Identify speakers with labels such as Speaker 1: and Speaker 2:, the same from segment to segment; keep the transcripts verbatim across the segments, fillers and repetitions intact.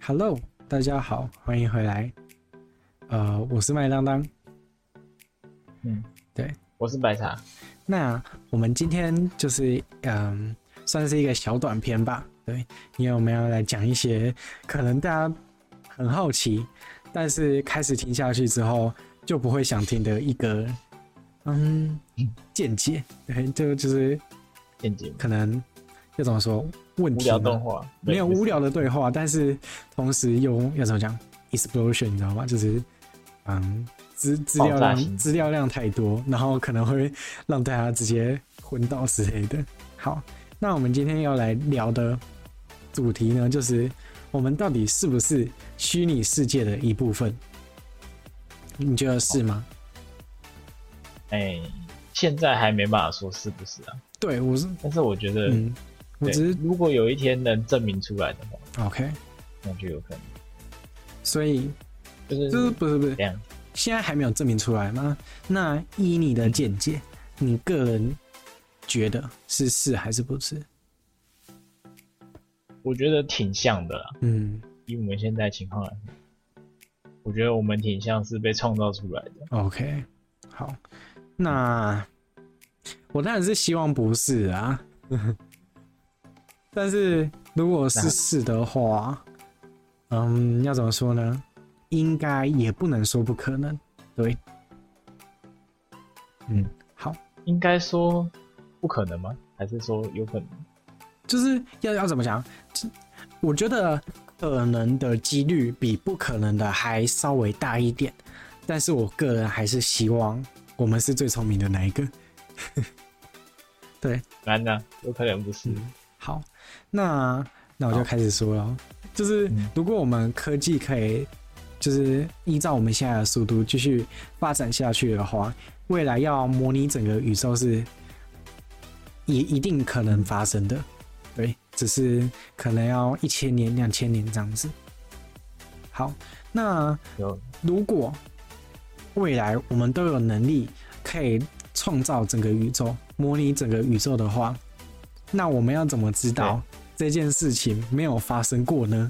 Speaker 1: Hello， 大家好，欢迎回来。呃，我是麦当当。
Speaker 2: 嗯，
Speaker 1: 对，
Speaker 2: 我是白茶。
Speaker 1: 那我们今天就是嗯，算是一个小短片吧。对，因为我们要来讲一些可能大家很好奇，但是开始听下去之后就不会想听的一个嗯见解。对，就就是
Speaker 2: 见解
Speaker 1: 可能要怎么说问题
Speaker 2: 无聊动画，
Speaker 1: 没有无聊的对话，但是同时又要怎么讲 explosion， 你知道吗？就是嗯资资料量资料量太多，然后可能会让大家直接昏倒之类的。好，那我们今天要来聊的主题呢，就是我们到底是不是虚拟世界的一部分？你觉得是吗？
Speaker 2: 哎、欸，现在还没办法说是不是啊？
Speaker 1: 对，我是，
Speaker 2: 但是我觉得，嗯，
Speaker 1: 我只是
Speaker 2: 如果有一天能证明出来的话
Speaker 1: ，OK，
Speaker 2: 那就有可能。
Speaker 1: 所以
Speaker 2: 就是
Speaker 1: 就是不是不是
Speaker 2: 这样，
Speaker 1: 现在还没有证明出来吗？那依你的见解，嗯、你个人觉得是是还是不是？
Speaker 2: 我觉得挺像的啦。
Speaker 1: 嗯，
Speaker 2: 以我们现在情况来说，我觉得我们挺像是被创造出来的。
Speaker 1: OK， 好，那我当然是希望不是啊，但是如果是是的话，嗯，要怎么说呢？应该也不能说不可能，对，嗯，好，
Speaker 2: 应该说不可能吗？还是说有可能？
Speaker 1: 就是要要怎么讲？我觉得可能的几率比不可能的还稍微大一点，但是我个人还是希望我们是最聪明的那一个。对，
Speaker 2: 难的，有可能不是。
Speaker 1: 嗯、好，那那我就开始说了，就是如果我们科技可以，就是依照我们现在的速度继续发展下去的话，未来要模拟整个宇宙是也一定可能发生的。对，只是可能要一千年、两千年这样子。好，那如果未来我们都有能力可以创造整个宇宙、模拟整个宇宙的话，那我们要怎么知道这件事情没有发生过呢？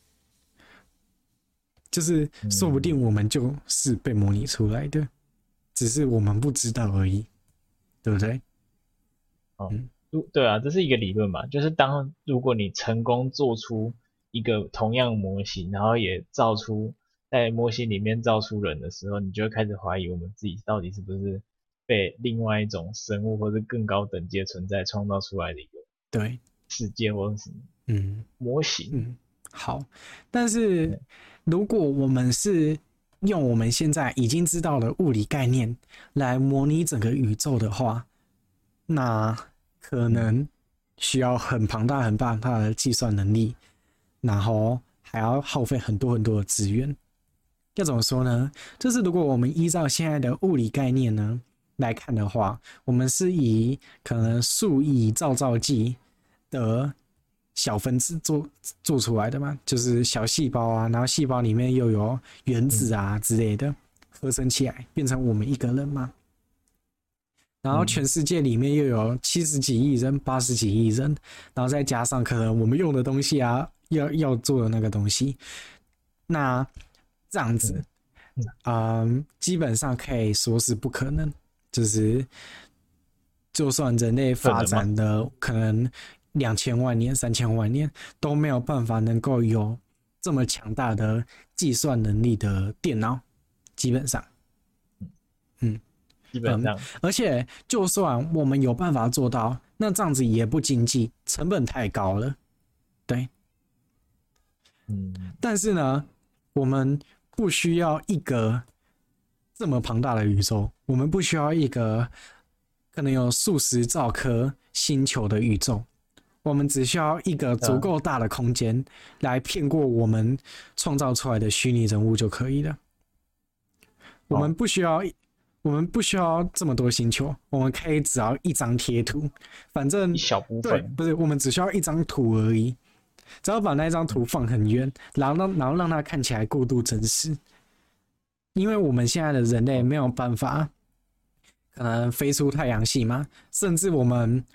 Speaker 1: 就是说不定我们就是被模拟出来的，只是我们不知道而已，对不对？
Speaker 2: 哦、嗯。对啊，这是一个理论嘛，就是当如果你成功做出一个同样模型，然后也造出在模型里面造出人的时候，你就会开始怀疑我们自己到底是不是被另外一种生物或者更高等级的存在创造出来的一个
Speaker 1: 对
Speaker 2: 世界或者什么嗯模型。
Speaker 1: 嗯，好，但是如果我们是用我们现在已经知道的物理概念来模拟整个宇宙的话，那可能需要很庞大、很庞大的计算能力，然后还要耗费很多很多的资源。要怎么说呢？就是如果我们依照现在的物理概念呢来看的话，我们是以可能数亿兆兆剂的小分子做做出来的嘛，就是小细胞啊，然后细胞里面又有原子啊之类的，合成起来变成我们一个人嘛。然后全世界里面又有七十几亿人、八十几亿人，然后再加上可能我们用的东西啊，要要做的那个东西，那这样子，嗯，基本上可以说是不可能。就是就算人类发展的可能两千万年、三千万年，都没有办法能够有这么强大的计算能力的电脑，基本上，嗯。
Speaker 2: 基本上、嗯，
Speaker 1: 而且就算我们有办法做到，那这样子也不经济，成本太高了，对，
Speaker 2: 嗯。
Speaker 1: 但是呢，我们不需要一个这么庞大的宇宙，我们不需要一个可能有数十兆颗星球的宇宙，我们只需要一个足够大的空间来骗过我们创造出来的虚拟人物就可以了。我们不需要。我们不需要这么多星球，我们可以只要一张贴图，反正
Speaker 2: 一小部分，
Speaker 1: 对，不是，我们只需要一张图而已，只要把那张图放很远，然后让然后让它看起来过度真实。因为我们现在的人类没有办法，可能飞出太阳系嘛，甚至我们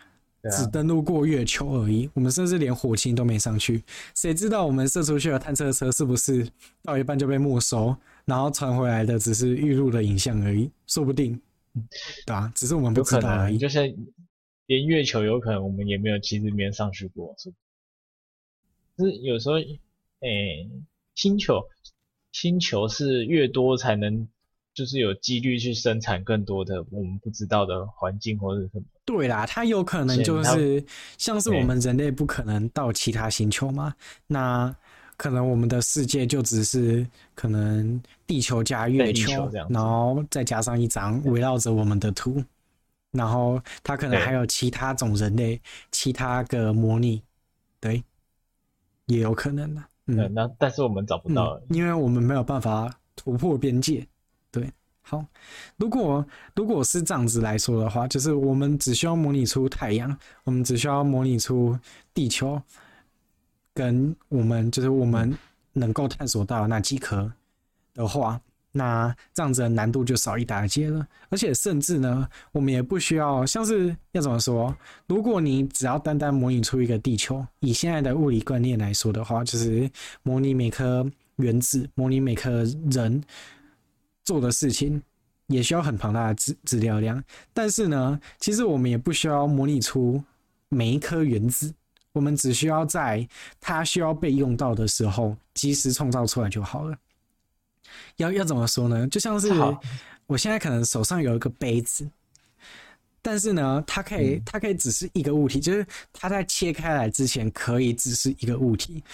Speaker 1: 只登陆过月球而已，我们甚至连火星都没上去。谁知道我们射出去的探测车是不是到一半就被没收，然后传回来的只是预录的影像而已？说不定，对啊，只是我们不知道而已。
Speaker 2: 就是连月球有可能我们也没有，其实没有上去过。就是有时候，诶、欸，星球星球是越多才能。就是有几率去生产更多的我们不知道的环境或者什么。
Speaker 1: 对啦，它有可能就是像是我们人类不可能到其他星球嘛，那可能我们的世界就只是可能地球加月球，然后再加上一张围绕着我们的图，然后它可能还有其他种人类、其他个模拟，对，也有可能的。
Speaker 2: 嗯，那但是我们找不到、
Speaker 1: 嗯，因为我们没有办法突破边界。对，好，如果如果是这样子来说的话，就是我们只需要模拟出太阳，我们只需要模拟出地球，跟我们就是我们能够探索到的那几颗的话，那这样子的难度就少一大截了。而且甚至呢，我们也不需要像是要怎么说，如果你只要单单模拟出一个地球，以现在的物理观念来说的话，就是模拟每颗原子，模拟每颗人。做的事情也需要很庞大的资资料量，但是呢，其实我们也不需要模拟出每一颗原子，我们只需要在它需要被用到的时候，及时创造出来就好了。要要怎么说呢？就像是我现在可能手上有一个杯子，但是呢，它可以它可以只是一个物体，就是它在切开来之前可以只是一个物体。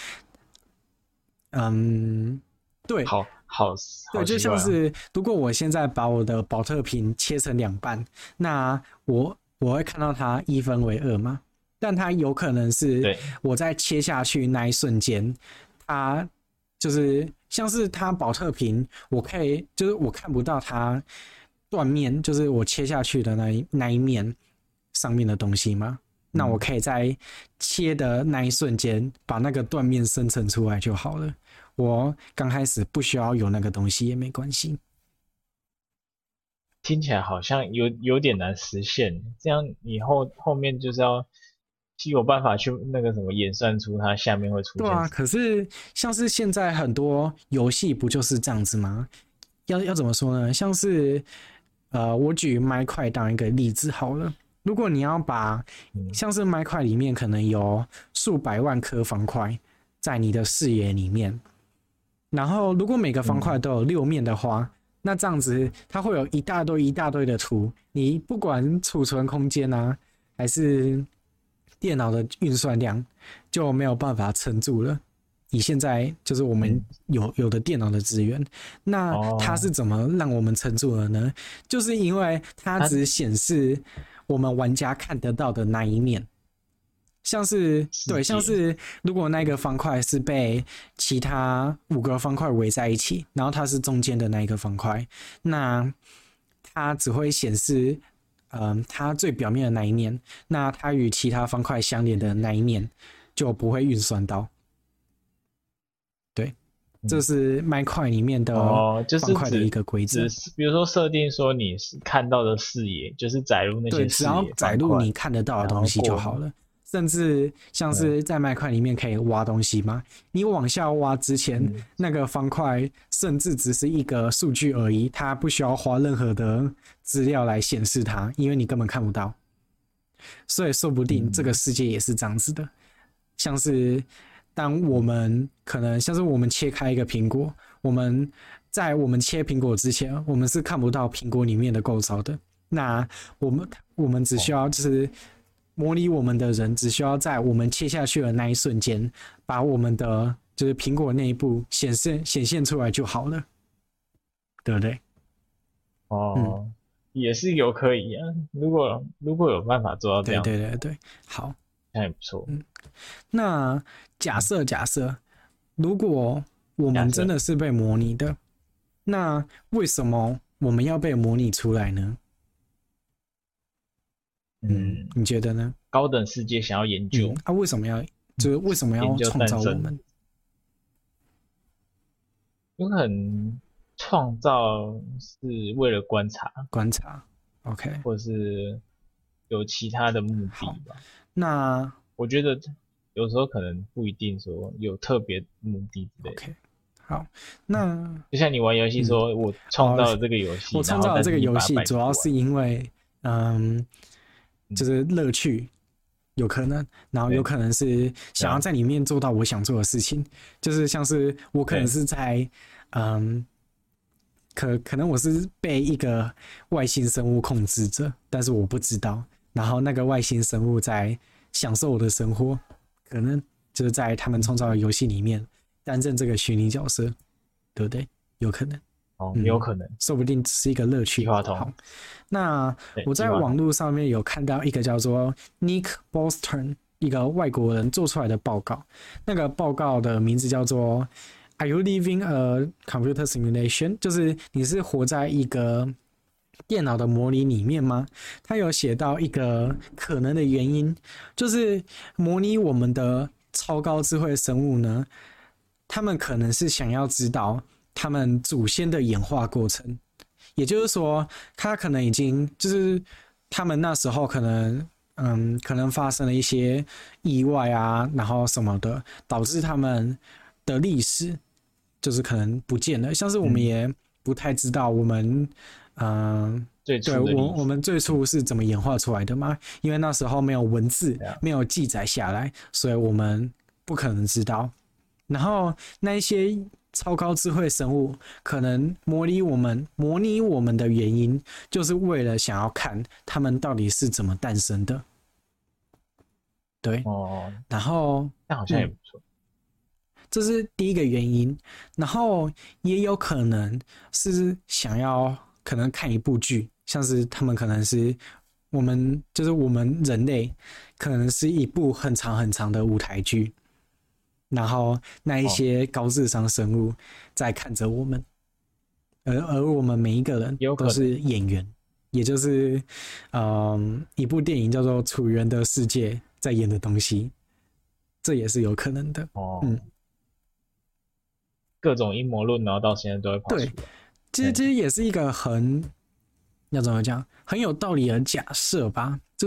Speaker 1: 嗯，对。
Speaker 2: 好。好，
Speaker 1: 对，就像是如果我现在把我的保特瓶切成两半，那我我会看到它一分为二嘛，但它有可能是我在切下去那一瞬间，它就是像是它保特瓶，我可以就是我看不到它断面，就是我切下去的那一那一面上面的东西嘛，那我可以在切的那一瞬间把那个断面生成出来就好了。我刚开始不需要有那个东西也没关系。
Speaker 2: 听起来好像有有点难实现，这样你后后面就是要有办法去那个什么演算出它下面会出现。
Speaker 1: 对啊，可是像是现在很多游戏不就是这样子吗？要要怎么说呢？像是呃，我举麦块当一个例子好了。如果你要把像是麦块里面可能有数百万颗方块在你的视野里面。然后，如果每个方块都有六面的话，嗯、那这样子它会有一大堆一大堆的图。你不管储存空间啊，还是电脑的运算量，就没有办法撑住了。以现在就是我们有有的电脑的资源，那它是怎么让我们撑住了呢？就是因为它只显示我们玩家看得到的那一面。像是对，像是如果那个方块是被其他五个方块围在一起，然后它是中间的那一个方块，那它只会显示，嗯，它最表面的那一面，那它与其他方块相连的那一面就不会运算到。对，这是麦块里面的方块的一个规则。
Speaker 2: 哦，就是比如说设定说你是看到的视野，就是载入那些视野，
Speaker 1: 对，只要载入你看得到的东西就好了。甚至像是在麦块里面可以挖东西嘛，你往下挖之前，嗯、那个方块甚至只是一个数据而已，它不需要花任何的资料来显示它，因为你根本看不到。所以说不定这个世界也是这样子的，像是当我们可能像是我们切开一个苹果，我们在我们切苹果之前，我们是看不到苹果里面的构造的。那我们我们只需要就是模拟我们的人，只需要在我们切下去的那一瞬间，把我们的就是苹果内部显现显现出来就好了，对不对？
Speaker 2: 哦，嗯、也是有可以啊。如果如果有办法做到这样，
Speaker 1: 对对对对，好，
Speaker 2: 那也不错。
Speaker 1: 嗯，那假设假设，如果我们真的是被模拟的，那为什么我们要被模拟出来呢？嗯，你觉得呢？
Speaker 2: 高等世界想要研究，
Speaker 1: 嗯、啊，为什么要就是为什么要创造我们？
Speaker 2: 有可能创造是为了观察，
Speaker 1: 观察 ，OK，
Speaker 2: 或是有其他的目的吧。
Speaker 1: 那
Speaker 2: 我觉得有时候可能不一定说有特别目的之类的。
Speaker 1: OK， 好，那
Speaker 2: 就像你玩游戏说，嗯、我创造了这个游戏，
Speaker 1: 我创造了这个游戏，主要是因为嗯，就是乐趣。有可能，然后有可能是想要在里面做到我想做的事情，就是像是我可能是在，嗯，可可能我是被一个外星生物控制着，但是我不知道，然后那个外星生物在享受我的生活，可能就是在他们创造的游戏里面担任这个虚拟角色，对不对？有可能。
Speaker 2: 哦，有可能、嗯，
Speaker 1: 说不定只是一个乐趣。好，那我在网络上面有看到一个叫做 Nick Bostrom 一个外国人做出来的报告，那个报告的名字叫做 Are you living a computer simulation？ 就是你是活在一个电脑的模拟里面吗？他有写到一个可能的原因，就是模拟我们的超高智慧生物呢，他们可能是想要知道他们祖先的演化过程，也就是说，他可能已经就是他们那时候可能，嗯，可能发生了一些意外啊，然后什么的，导致他们的历史就是可能不见了。像是我们也不太知道我们，嗯，
Speaker 2: 对
Speaker 1: 我我们最初是怎么演化出来的嘛？因为那时候没有文字，没有记载下来，所以我们不可能知道。然后那一些超高智慧生物可能模拟我们模拟我们的原因，就是为了想要看他们到底是怎么诞生的。对，
Speaker 2: 哦，
Speaker 1: 然后
Speaker 2: 那好像也不错、
Speaker 1: 嗯，这是第一个原因。然后也有可能是想要可能看一部剧，像是他们可能是我们就是我们人类可能是一部很长很长的舞台剧。然后那一些高智商生物在看着我们，而而我们每一个人都是演员，也就是嗯一部电影叫做《楚原的世界》在演的东西，这也是有可能的。
Speaker 2: 哦，
Speaker 1: 嗯，
Speaker 2: 各种阴谋论，然后到现在都会跑出来。
Speaker 1: 对，其实其实也是一个很要怎么讲很有道理的假设吧，就是。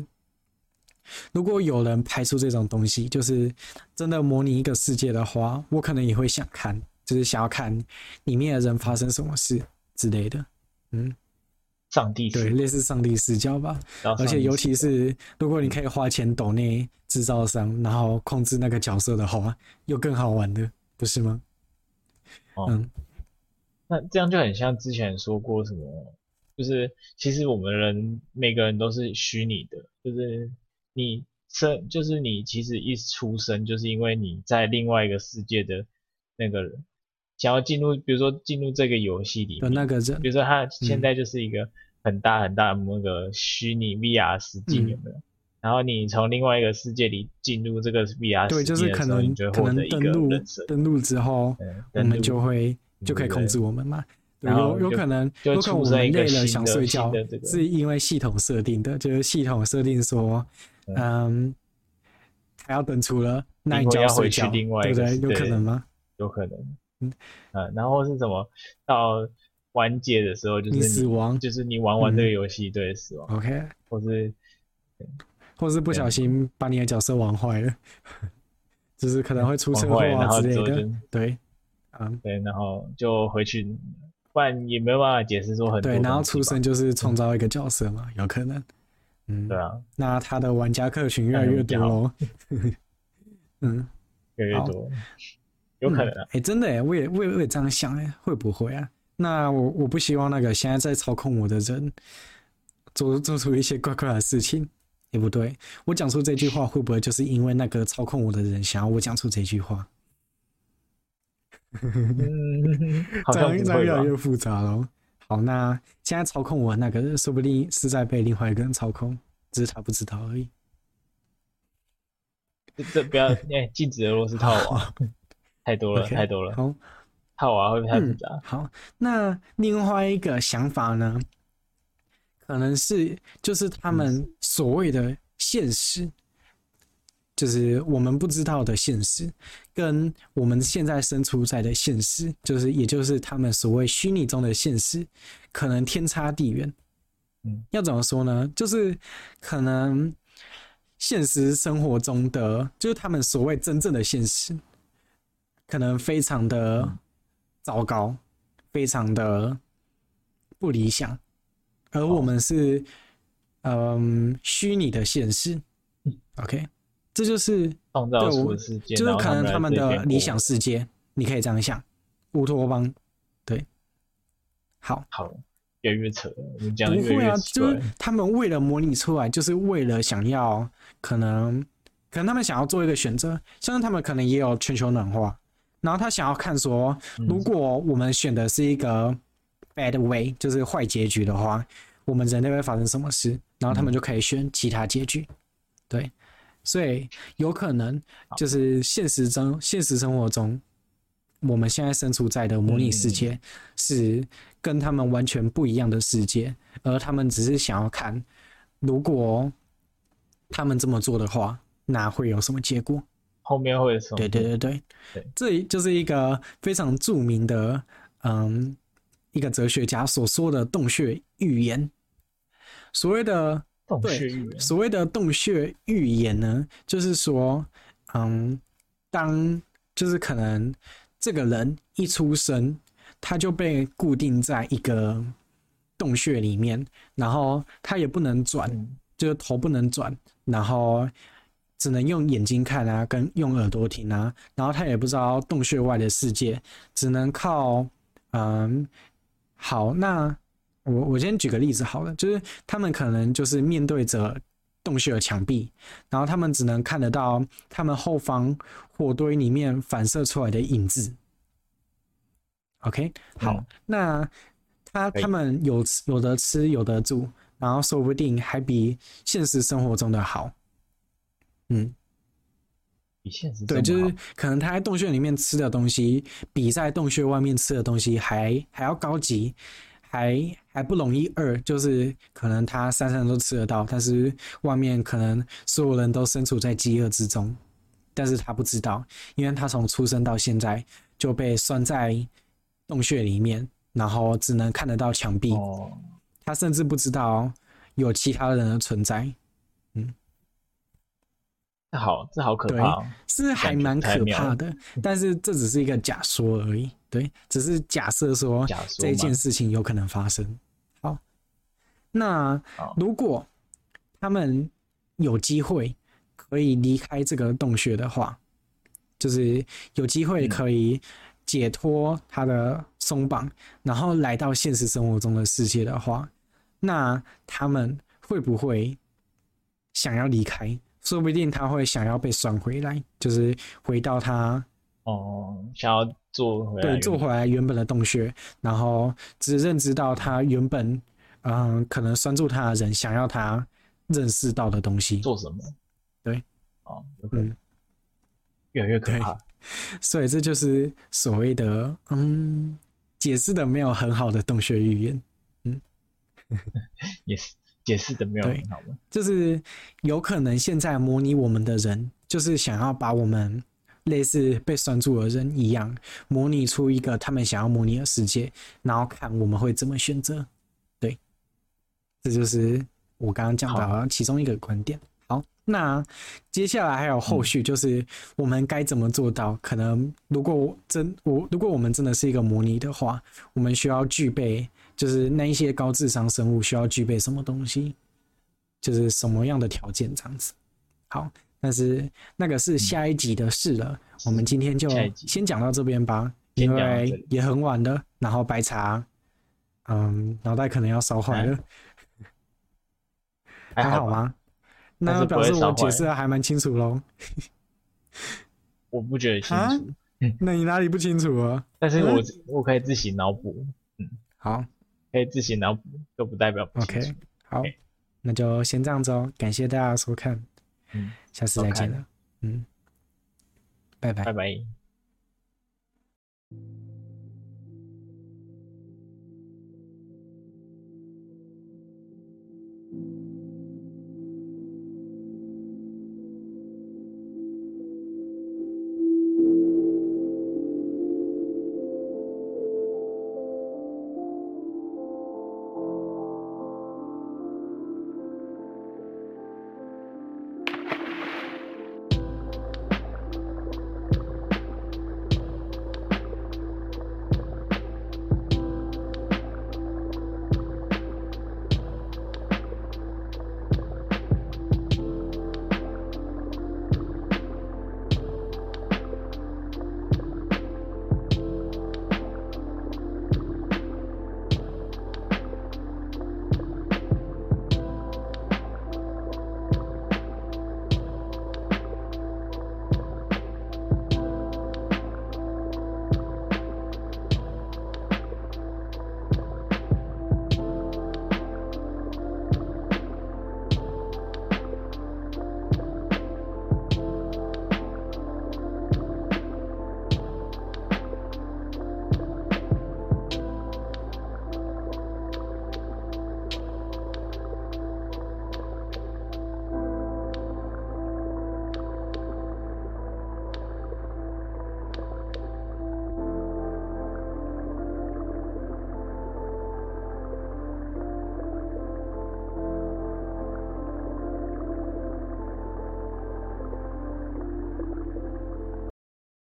Speaker 1: 如果有人拍出这种东西，就是真的模拟一个世界的话，我可能也会想看，就是想要看里面的人发生什么事之类的。嗯，
Speaker 2: 上帝
Speaker 1: 对，类似上帝视角吧。而且尤其是如果你可以花钱抖内制造商，然后控制那个角色的话，又更好玩的，不是吗？
Speaker 2: 哦、嗯，那这样就很像之前说过什么，就是其实我们人每个人都是虚拟的，就是。你生就是你其实一出生就是因为你在另外一个世界的那个人想要进入，比如说进入这个游戏里面，
Speaker 1: 那个人，
Speaker 2: 比如说他现在就是一个很大很大的那个虚拟 V R 实境有没有？嗯、然后你从另外一个世界里进入这个 V R 世界的时候，
Speaker 1: 对，就是可能
Speaker 2: 你就会获得一个人生。
Speaker 1: 登录之后，我们就会就可以控制我们嘛。对，有有可能，有可能我们累了想睡觉，
Speaker 2: 这个、
Speaker 1: 是因为系统设定的，就是系统设定说。嗯，还要登出了，那你就
Speaker 2: 要
Speaker 1: 睡觉，
Speaker 2: 对不
Speaker 1: 对？有可能吗？
Speaker 2: 有可能。嗯，啊，然后是什么？到完结的时候就是
Speaker 1: 你死亡，
Speaker 2: 就是你玩完这个游戏、嗯、对死亡。
Speaker 1: OK，
Speaker 2: 或是
Speaker 1: 或是不小心把你的角色玩坏了，就是可能会出车祸啊之类的。对，
Speaker 2: 嗯，对，然后就回去，不然也没有办法解释说很多。
Speaker 1: 对，然后出生就是创造一个角色嘛，有可能。嗯，
Speaker 2: 对啊，
Speaker 1: 那他的玩家客群越来越多咯。嗯，
Speaker 2: 越来越多，有可能啊。
Speaker 1: 哎、嗯欸，真的哎，我也我也我也这样想哎，会不会啊？那我我不希望那个现在在操控我的人做做出一些怪怪的事情，也不对。我讲出这句话，会不会就是因为那个操控我的人想要我讲出这句话？
Speaker 2: 嗯，好像不会吧？
Speaker 1: 这样越来越复杂了。好，那现在操控我那个人，说不定是在被另外一个人操控，只是他不知道而已。
Speaker 2: 这这不要哎，禁止俄罗斯套娃，太多了， okay, 太多了。
Speaker 1: 好，
Speaker 2: 套娃会不会太复杂、嗯？
Speaker 1: 好，那另外一个想法呢，可能是就是他们所谓的现实。嗯，就是我们不知道的现实，跟我们现在身处在的现实，就是也就是他们所谓虚拟中的现实，可能天差地远。
Speaker 2: 嗯，
Speaker 1: 要怎么说呢？就是可能现实生活中的，就是他们所谓真正的现实，可能非常的糟糕，非常的不理想，而我们是嗯虚拟的现实。OK， 这就是
Speaker 2: 创造出的世界，
Speaker 1: 就是可能他们的理想
Speaker 2: 过
Speaker 1: 世界，你可以这样想。乌托邦，对，好，
Speaker 2: 好，越来越扯了，我们讲的越来
Speaker 1: 不会啊，
Speaker 2: 越奇怪。
Speaker 1: 就是他们为了模拟出来，就是为了想要可能可能他们想要做一个选择，像是他们可能也有全球暖化，然后他想要看说，如果我们选的是一个 bad way，就是坏结局的话，我们人类会发生什么事？然后他们就可以选其他结局，对，所以有可能就是现实中现实生活中，我们现在身处在的模拟世界是跟他们完全不一样的世界，而他们只是想要看，如果他们这么做的话，那会有什么结果？
Speaker 2: 后面会有什么？
Speaker 1: 对对对对，
Speaker 2: 对，
Speaker 1: 这就是一个非常著名的，嗯，一个哲学家所说的洞穴预言。所谓的
Speaker 2: 洞穴预言，
Speaker 1: 所谓的洞穴预言呢，就是说，嗯，当就是可能这个人一出生，他就被固定在一个洞穴里面，然后他也不能转，
Speaker 2: 嗯、
Speaker 1: 就是头不能转，然后只能用眼睛看啊，跟用耳朵听啊，然后他也不知道洞穴外的世界，只能靠，嗯，好，那我我先举个例子好了，就是他们可能就是面对着洞穴的墙壁，然后他们只能看得到他们后方火堆里面反射出来的影子。OK， 好，嗯、那他他们有有的吃有的住，然后说不定还比现实生活中的好。嗯，
Speaker 2: 比现实
Speaker 1: 对，就是可能他在洞穴里面吃的东西，比在洞穴外面吃的东西还还要高级。还还不容易饿，就是可能他三餐都吃得到，但是外面可能所有人都身处在饥饿之中，但是他不知道，因为他从出生到现在就被拴在洞穴里面，然后只能看得到墙壁，
Speaker 2: 哦、
Speaker 1: 他甚至不知道有其他人的存在。嗯，
Speaker 2: 这好，这好可怕、哦，
Speaker 1: 是还蛮可怕的，但是这只是一个假说而已。对，只是假设说这件事情有可能发生。好，那如果他们有机会可以离开这个洞穴的话，就是有机会可以解脱他的松绑，然后来到现实生活中的世界的话，那他们会不会想要离开？说不定他会想要被拴回来，就是回到他
Speaker 2: 哦，想要做回来，
Speaker 1: 对，做回来原本的洞穴，然后只认知到他原本嗯、呃、可能拴住他的人想要他认识到的东西，
Speaker 2: 做什么？
Speaker 1: 对，
Speaker 2: 哦，嗯，越来越可怕。
Speaker 1: 所以这就是所谓的嗯解释的没有很好的洞穴预言，嗯，
Speaker 2: 也是。解释的没有很好吗？
Speaker 1: 就是有可能现在模拟我们的人，就是想要把我们类似被拴住的人一样，模拟出一个他们想要模拟的世界，然后看我们会怎么选择。对，这就是我刚刚讲到的其中一个观点。好，那接下来还有后续，就是我们该怎么做到？可能如果真我如果我们真的是一个模拟的话，我们需要具备。就是那一些高智商生物需要具备什么东西，就是什么样的条件这样子。好，但是那个是下一集的事了，嗯、我们今天就先讲到这边吧，因为也很晚了，然后白茶，嗯，脑袋可能要烧坏了，还好吗？那表示我解释的还蛮清楚咯。
Speaker 2: 我不觉得清楚，
Speaker 1: 那你哪里不清楚啊？
Speaker 2: 但是我、嗯、我可以自行脑补，嗯，
Speaker 1: 好。
Speaker 2: 可以自行脑补，都不代表不清楚。
Speaker 1: OK， 好， okay. 那就先这样子哦。感谢大家收看，嗯，下次再见了，嗯，拜拜，
Speaker 2: 拜拜。